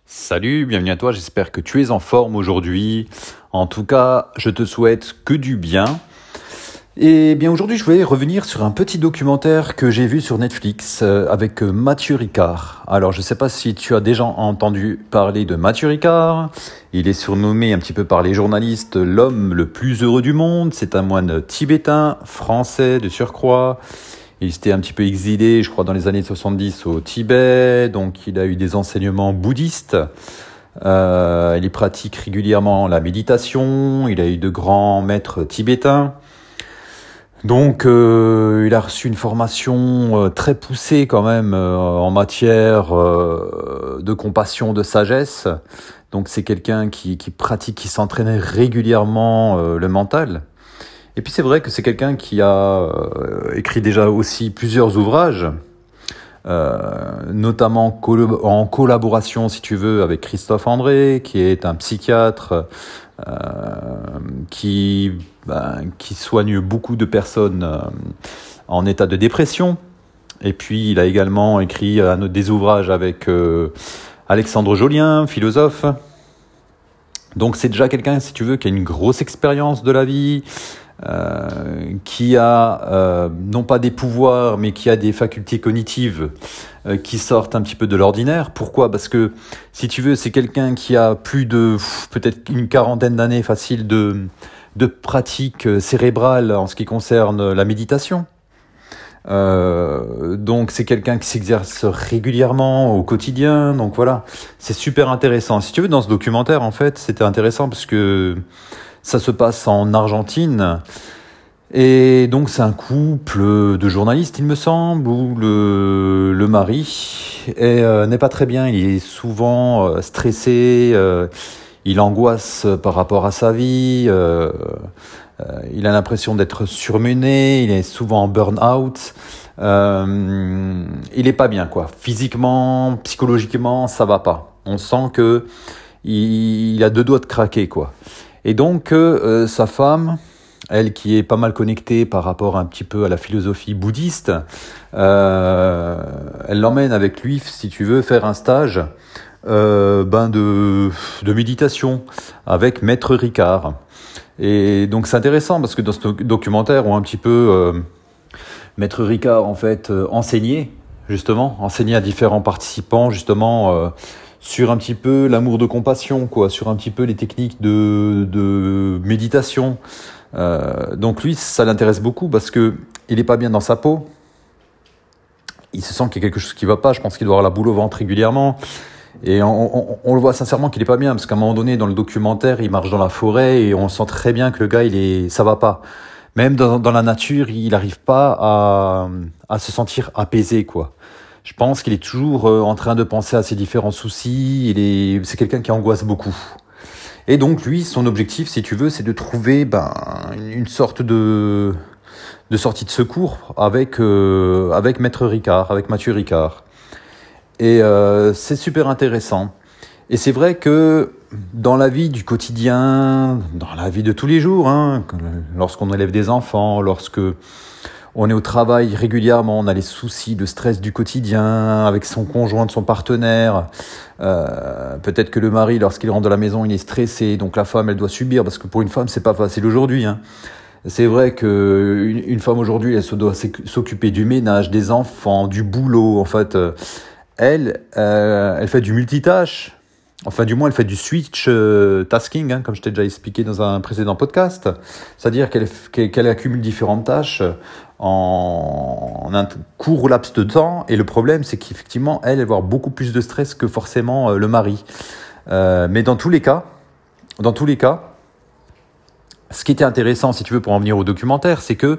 Salut, bienvenue à toi, j'espère que tu es en forme aujourd'hui. En tout cas, je te souhaite que du bien. Et bien aujourd'hui, je voulais revenir sur un petit documentaire que j'ai vu sur Netflix avec Matthieu Ricard. Alors, je ne sais pas si tu as déjà entendu parler de Matthieu Ricard. Il est surnommé un petit peu par les journalistes l'homme le plus heureux du monde. C'est un moine tibétain, français de surcroît. Il s'était un petit peu exilé, je crois, dans les années 70 au Tibet. Donc, il a eu des enseignements bouddhistes. Il pratique régulièrement la méditation. Il a eu de grands maîtres tibétains. Donc, il a reçu une formation très poussée quand même en matière de compassion, de sagesse. Donc, c'est quelqu'un qui pratique, qui s'entraîne régulièrement le mental. Et puis, c'est vrai que c'est quelqu'un qui a écrit déjà aussi plusieurs ouvrages, notamment en collaboration, si tu veux, avec Christophe André, qui est un psychiatre qui soigne beaucoup de personnes en état de dépression. Et puis, il a également écrit des ouvrages avec Alexandre Jolien, philosophe. Donc, c'est déjà quelqu'un, si tu veux, qui a une grosse expérience de la vie, qui a non pas des pouvoirs, mais qui a des facultés cognitives qui sortent un petit peu de l'ordinaire. Pourquoi ? Parce que, si tu veux, c'est quelqu'un qui a plus de peut-être une quarantaine d'années facile de pratique cérébrale en ce qui concerne la méditation. Donc c'est quelqu'un qui s'exerce régulièrement au quotidien. Donc voilà, c'est super intéressant. Si tu veux, dans ce documentaire, en fait, c'était intéressant parce que ça se passe en Argentine. Et donc c'est un couple de journalistes, il me semble, où le mari n'est pas très bien. Il est souvent stressé, il angoisse par rapport à sa vie, il a l'impression d'être surmené, il est souvent en burn-out. Il est pas bien, quoi. Physiquement, psychologiquement, ça va pas. On sent que il a deux doigts de craquer, quoi. Et donc, sa femme, elle qui est pas mal connectée par rapport un petit peu à la philosophie bouddhiste, elle l'emmène avec lui, si tu veux, faire un stage de méditation avec Maître Ricard. Et donc, c'est intéressant parce que dans ce documentaire, on a un petit peu Maître Ricard, en fait, enseigné à différents participants, justement, sur un petit peu l'amour de compassion, quoi, sur un petit peu les techniques de méditation. Donc lui, ça l'intéresse beaucoup parce que il est pas bien dans sa peau. Il se sent qu'il y a quelque chose qui va pas. Je pense qu'il doit avoir la boule au ventre régulièrement. Et on le voit sincèrement qu'il est pas bien parce qu'à un moment donné, dans le documentaire, il marche dans la forêt et on sent très bien que le gars, ça va pas. Même dans la nature, il n'arrive pas à se sentir apaisé, quoi. Je pense qu'il est toujours en train de penser à ses différents soucis. C'est quelqu'un qui angoisse beaucoup. Et donc, lui, son objectif, si tu veux, c'est de trouver une sorte de sortie de secours avec Maître Ricard, avec Matthieu Ricard. Et c'est super intéressant. Et c'est vrai que dans la vie du quotidien, dans la vie de tous les jours, lorsqu'on élève des enfants, lorsque on est au travail régulièrement, on a les soucis, le stress du quotidien avec son conjoint, son partenaire. Peut-être que le mari, lorsqu'il rentre de la maison, il est stressé. Donc la femme, elle doit subir, parce que pour une femme, c'est pas facile aujourd'hui. C'est vrai que une femme aujourd'hui, elle doit s'occuper du ménage, des enfants, du boulot. En fait, elle fait du multitâche. Enfin, du moins, elle fait du switch tasking, comme je t'ai déjà expliqué dans un précédent podcast. C'est-à-dire qu'elle accumule différentes tâches en un court laps de temps. Et le problème, c'est qu'effectivement, elle va avoir beaucoup plus de stress que forcément le mari. Mais dans tous les cas, ce qui était intéressant, si tu veux, pour en venir au documentaire, c'est que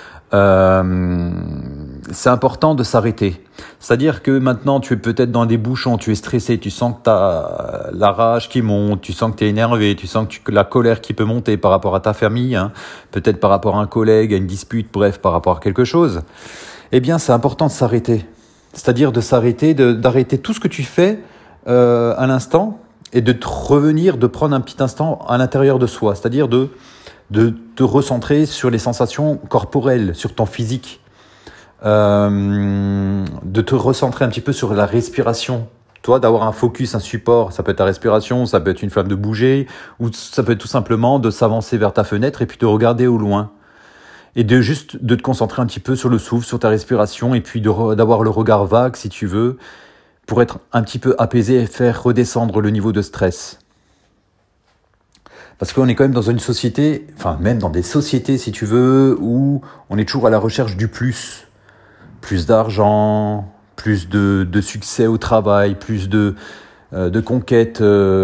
c'est important de s'arrêter. C'est-à-dire que maintenant, tu es peut-être dans des bouchons, tu es stressé, tu sens que tu as la rage qui monte, tu sens que tu es énervé, tu sens que la colère qui peut monter par rapport à ta famille, peut-être par rapport à un collègue, à une dispute, bref, par rapport à quelque chose. Eh bien, c'est important de s'arrêter. C'est-à-dire de s'arrêter, d'arrêter tout ce que tu fais à l'instant et de te revenir, de prendre un petit instant à l'intérieur de soi. C'est-à-dire de te recentrer sur les sensations corporelles, sur ton physique. De te recentrer un petit peu sur la respiration, toi, d'avoir un focus, un support. Ça peut être ta respiration, ça peut être une flamme de bouger, ou ça peut être tout simplement de s'avancer vers ta fenêtre et puis de regarder au loin. Et de te concentrer un petit peu sur le souffle, sur ta respiration, et puis d'avoir le regard vague, si tu veux, pour être un petit peu apaisé et faire redescendre le niveau de stress. Parce qu'on est quand même dans une société, enfin même dans des sociétés, si tu veux, où on est toujours à la recherche du plus. Plus d'argent, plus de succès au travail, plus de conquêtes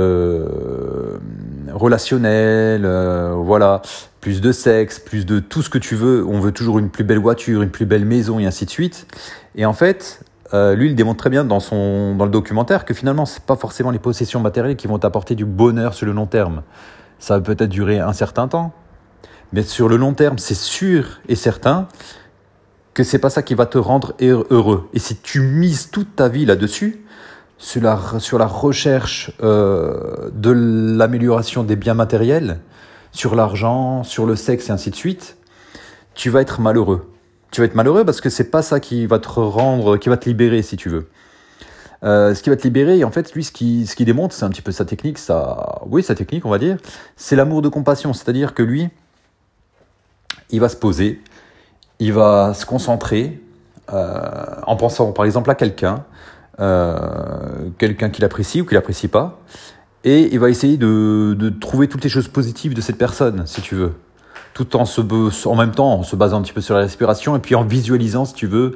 relationnelles, voilà, plus de sexe, plus de tout ce que tu veux. On veut toujours une plus belle voiture, une plus belle maison et ainsi de suite. Et en fait, lui, il démontre très bien dans le documentaire que finalement, c'est pas forcément les possessions matérielles qui vont t'apporter du bonheur sur le long terme. Ça va peut-être durer un certain temps, mais sur le long terme, c'est sûr et certain que c'est pas ça qui va te rendre heureux. Et si tu mises toute ta vie là-dessus, sur la recherche de l'amélioration des biens matériels, sur l'argent, sur le sexe et ainsi de suite, tu vas être malheureux. Tu vas être malheureux parce que c'est pas ça qui va te libérer, si tu veux. Ce qui va te libérer, et en fait, lui, ce qui démontre, c'est un petit peu sa technique, sa technique, on va dire, c'est l'amour de compassion. C'est-à-dire que lui, il va se poser, il va se concentrer en pensant, par exemple, à quelqu'un qu'il apprécie ou qu'il n'apprécie pas, et il va essayer de trouver toutes les choses positives de cette personne, si tu veux, tout en même temps en se basant un petit peu sur la respiration et puis en visualisant, si tu veux,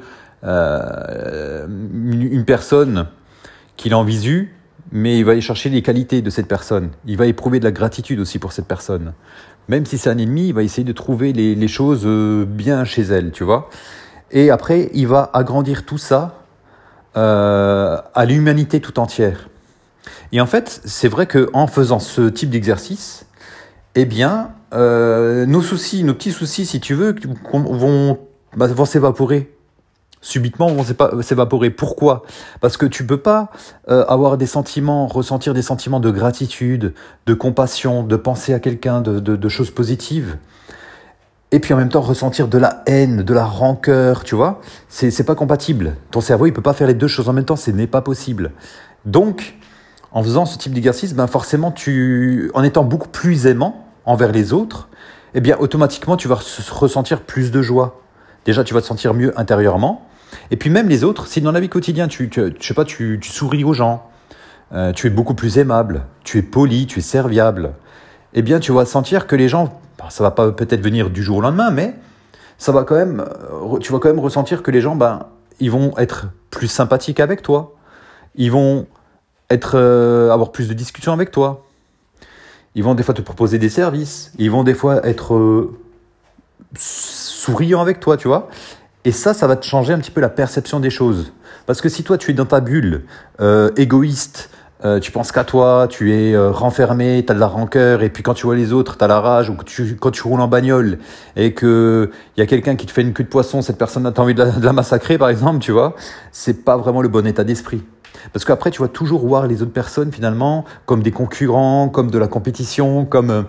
une personne qu'il a en visu, mais il va aller chercher les qualités de cette personne. Il va éprouver de la gratitude aussi pour cette personne. Même si c'est un ennemi, il va essayer de trouver les choses bien chez elle, tu vois. Et après, il va agrandir tout ça à l'humanité tout entière. Et en fait, c'est vrai qu'en faisant ce type d'exercice, eh bien, nos petits soucis, si tu veux, vont s'évaporer. Subitement vont s'évaporer. Pourquoi ? Parce que tu peux pas ressentir des sentiments de gratitude, de compassion, de penser à quelqu'un, de choses positives, et puis en même temps ressentir de la haine, de la rancœur, tu vois ? C'est pas compatible. Ton cerveau, il peut pas faire les deux choses en même temps, ce n'est pas possible. Donc, en faisant ce type d'exercice, forcément, en étant beaucoup plus aimant envers les autres, eh bien, automatiquement, tu vas ressentir plus de joie. Déjà, tu vas te sentir mieux intérieurement. Et puis même les autres, si dans la vie quotidienne, tu souris aux gens, tu es beaucoup plus aimable, tu es poli, tu es serviable, eh bien tu vas sentir que les gens, ça va pas peut-être venir du jour au lendemain, mais tu vas quand même ressentir que les gens, ils vont être plus sympathiques avec toi, ils vont avoir plus de discussions avec toi, ils vont des fois te proposer des services, ils vont des fois être souriants avec toi, tu vois. Et ça va te changer un petit peu la perception des choses. Parce que si toi, tu es dans ta bulle, égoïste, tu penses qu'à toi, tu es renfermé, tu as de la rancœur, et puis quand tu vois les autres, tu as la rage, ou quand tu roules en bagnole, et qu'il y a quelqu'un qui te fait une queue de poisson, cette personne a envie de la massacrer, par exemple, tu vois, c'est pas vraiment le bon état d'esprit. Parce qu'après, tu vas toujours voir les autres personnes, finalement, comme des concurrents, comme de la compétition, comme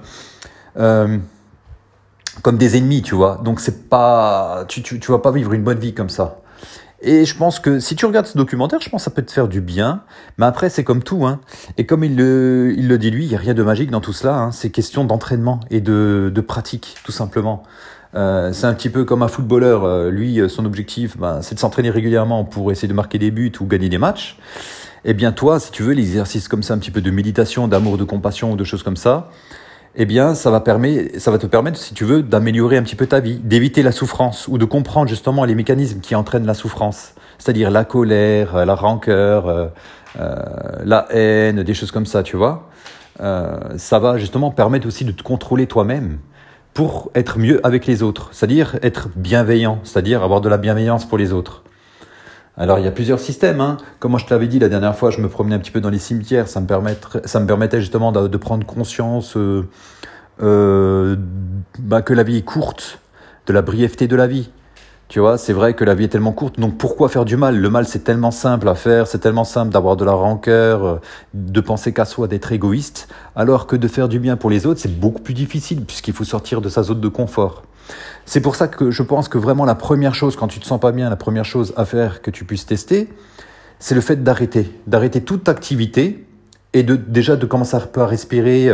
des ennemis, tu vois. Donc c'est pas, tu vas pas vivre une bonne vie comme ça. Et je pense que si tu regardes ce documentaire, je pense que ça peut te faire du bien. Mais après, c'est comme tout, hein. Et comme il le dit lui, il y a rien de magique dans tout cela, hein. C'est question d'entraînement et de pratique, tout simplement. C'est un petit peu comme un footballeur. Lui, son objectif, c'est de s'entraîner régulièrement pour essayer de marquer des buts ou gagner des matchs. Eh bien, toi, si tu veux, l'exercice comme ça, un petit peu de méditation, d'amour, de compassion ou de choses comme ça, eh bien, ça va te permettre, si tu veux, d'améliorer un petit peu ta vie, d'éviter la souffrance ou de comprendre justement les mécanismes qui entraînent la souffrance, c'est-à-dire la colère, la rancœur, la haine, des choses comme ça, tu vois. Ça va justement permettre aussi de te contrôler toi-même pour être mieux avec les autres, c'est-à-dire être bienveillant, c'est-à-dire avoir de la bienveillance pour les autres. Alors, il y a plusieurs systèmes, hein. Comme moi je te l'avais dit la dernière fois, je me promenais un petit peu dans les cimetières. Ça me permettait justement de prendre conscience que la vie est courte, de la brièveté de la vie. Tu vois, c'est vrai que la vie est tellement courte, donc pourquoi faire du mal ? Le mal, c'est tellement simple à faire, c'est tellement simple d'avoir de la rancœur, de penser qu'à soi, d'être égoïste, alors que de faire du bien pour les autres, c'est beaucoup plus difficile, puisqu'il faut sortir de sa zone de confort. C'est pour ça que je pense que vraiment la première chose, quand tu te sens pas bien, la première chose à faire que tu puisses tester, c'est le fait d'arrêter toute activité et déjà de commencer un peu à respirer,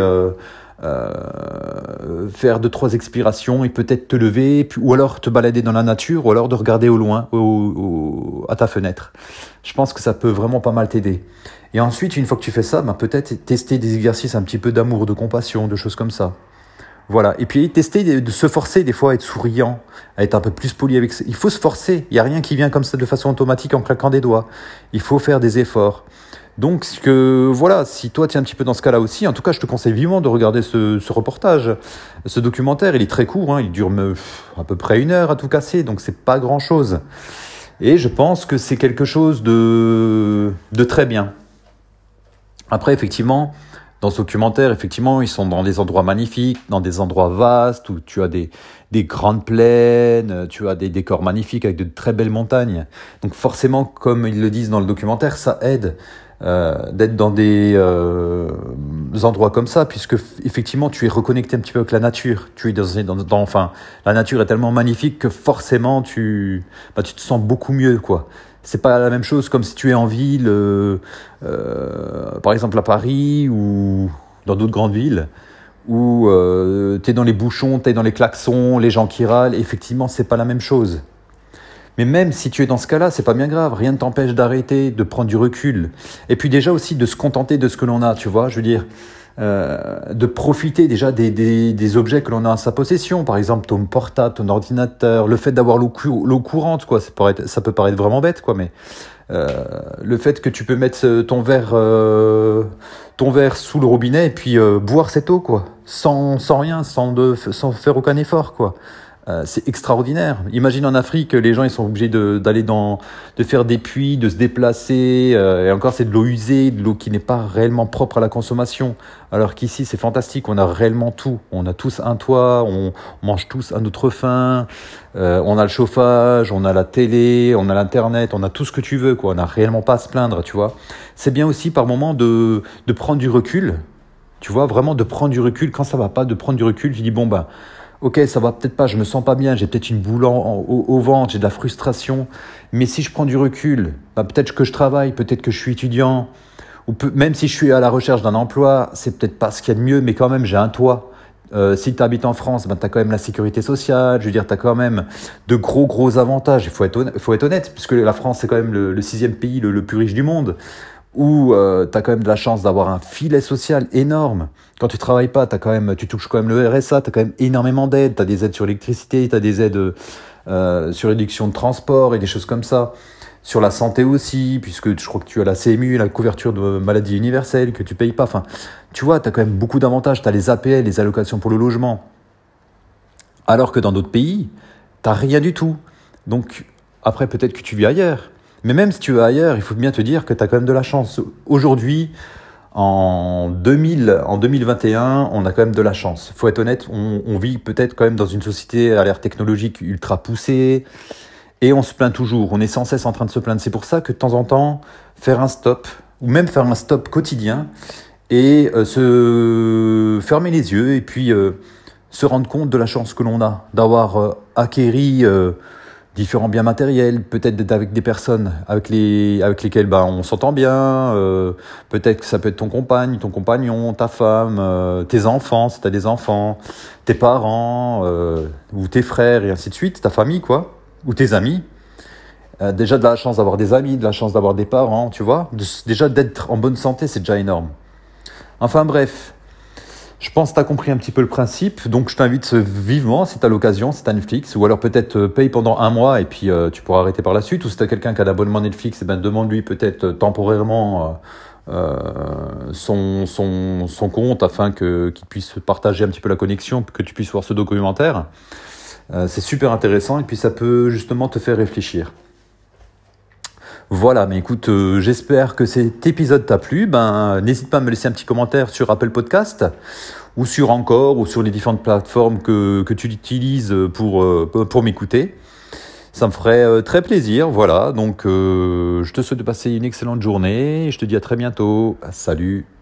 faire 2-3 expirations et peut-être te lever, ou alors te balader dans la nature, ou alors de regarder au loin, à ta fenêtre. Je pense que ça peut vraiment pas mal t'aider. Et ensuite, une fois que tu fais ça, peut-être tester des exercices un petit peu d'amour, de compassion, de choses comme ça. Voilà. Et puis tester de se forcer des fois à être souriant, à être un peu plus poli avec. Il faut se forcer. Il n'y a rien qui vient comme ça de façon automatique en claquant des doigts. Il faut faire des efforts. Donc voilà, si toi tu es un petit peu dans ce cas-là aussi, en tout cas je te conseille vivement de regarder ce reportage, ce documentaire. Il est très court, il dure à peu près 1 heure à tout casser, donc c'est pas grand-chose. Et je pense que c'est quelque chose de très bien. Après, effectivement, dans ce documentaire, effectivement, ils sont dans des endroits magnifiques, dans des endroits vastes, où tu as des grandes plaines, tu as des décors magnifiques avec de très belles montagnes. Donc forcément, comme ils le disent dans le documentaire, ça aide d'être dans des endroits comme ça, puisque effectivement, tu es reconnecté un petit peu avec la nature. Tu es enfin, la nature est tellement magnifique que forcément, tu te sens beaucoup mieux, quoi. C'est pas la même chose comme si tu es en ville, par exemple à Paris ou dans d'autres grandes villes, où tu es dans les bouchons, tu es dans les klaxons, les gens qui râlent. Effectivement, c'est pas la même chose. Mais même si tu es dans ce cas-là, c'est pas bien grave. Rien ne t'empêche d'arrêter, de prendre du recul. Et puis déjà aussi de se contenter de ce que l'on a, tu vois. Je veux dire, de profiter déjà des objets que l'on a en sa possession. Par exemple, ton portable, ton ordinateur, le fait d'avoir l'eau courante, quoi. Ça peut paraître vraiment bête, quoi, mais le fait que tu peux mettre ton verre sous le robinet et puis boire cette eau, quoi, sans rien, sans faire aucun effort, quoi. C'est extraordinaire. Imagine en Afrique, les gens ils sont obligés de faire des puits, de se déplacer, et encore c'est de l'eau usée, de l'eau qui n'est pas réellement propre à la consommation. Alors qu'ici c'est fantastique, on a réellement tout. On a tous un toit, on mange tous à notre faim, on a le chauffage, on a la télé, on a l'internet, on a tout ce que tu veux, quoi. On n'a réellement pas à se plaindre, tu vois. C'est bien aussi par moment de prendre du recul, tu vois, vraiment de prendre du recul quand ça va pas, de prendre du recul. Tu dis ok, ça va peut-être pas, je me sens pas bien, j'ai peut-être une boule au ventre, j'ai de la frustration. Mais si je prends du recul, peut-être que je travaille, peut-être que je suis étudiant, même si je suis à la recherche d'un emploi, c'est peut-être pas ce qu'il y a de mieux, mais quand même, j'ai un toit. Si tu habites en France, tu as quand même la sécurité sociale, je veux dire, tu as quand même de gros avantages. Il faut être honnête, puisque la France, c'est quand même le 6e pays le plus riche du monde, où tu as quand même de la chance d'avoir un filet social énorme. Quand tu travailles pas, tu touches quand même le RSA, tu as quand même énormément d'aides, tu as des aides sur l'électricité, tu as des aides sur réduction de transport et des choses comme ça. Sur la santé aussi, puisque je crois que tu as la CMU, la couverture de maladie universelle, que tu payes pas. Enfin, tu vois, tu as quand même beaucoup d'avantages. Tu as les APL, les allocations pour le logement. Alors que dans d'autres pays, tu n'as rien du tout. Donc, après, peut-être que tu vis ailleurs. Mais même si tu es ailleurs, il faut bien te dire que tu as quand même de la chance. Aujourd'hui, en 2021, on a quand même de la chance. Il faut être honnête, on vit peut-être quand même dans une société à l'ère technologique ultra poussée. Et on se plaint toujours, on est sans cesse en train de se plaindre. C'est pour ça que de temps en temps, faire un stop, ou même faire un stop quotidien, et se fermer les yeux, et puis se rendre compte de la chance que l'on a, d'avoir acquéri différents biens matériels, peut-être d'être avec des personnes avec lesquelles on s'entend bien, peut-être que ça peut être ton compagnon, ta femme, tes enfants, si tu as des enfants, tes parents, ou tes frères, et ainsi de suite, ta famille, quoi. Ou tes amis, déjà de la chance d'avoir des amis, de la chance d'avoir des parents, tu vois, déjà d'être en bonne santé, c'est déjà énorme. Enfin bref, je pense que tu as compris un petit peu le principe, donc je t'invite vivement, si tu as l'occasion, si tu as Netflix, ou alors peut-être paye pendant 1 mois et puis tu pourras arrêter par la suite, ou si tu as quelqu'un qui a l'abonnement Netflix, demande-lui peut-être temporairement son compte afin qu'il puisse partager un petit peu la connexion, que tu puisses voir ce documentaire. C'est super intéressant et puis ça peut justement te faire réfléchir. Voilà, mais écoute, j'espère que cet épisode t'a plu. N'hésite pas à me laisser un petit commentaire sur Apple Podcast ou sur Encore ou sur les différentes plateformes que tu utilises pour m'écouter. Ça me ferait très plaisir. Voilà, donc je te souhaite de passer une excellente journée. Je te dis à très bientôt. Salut.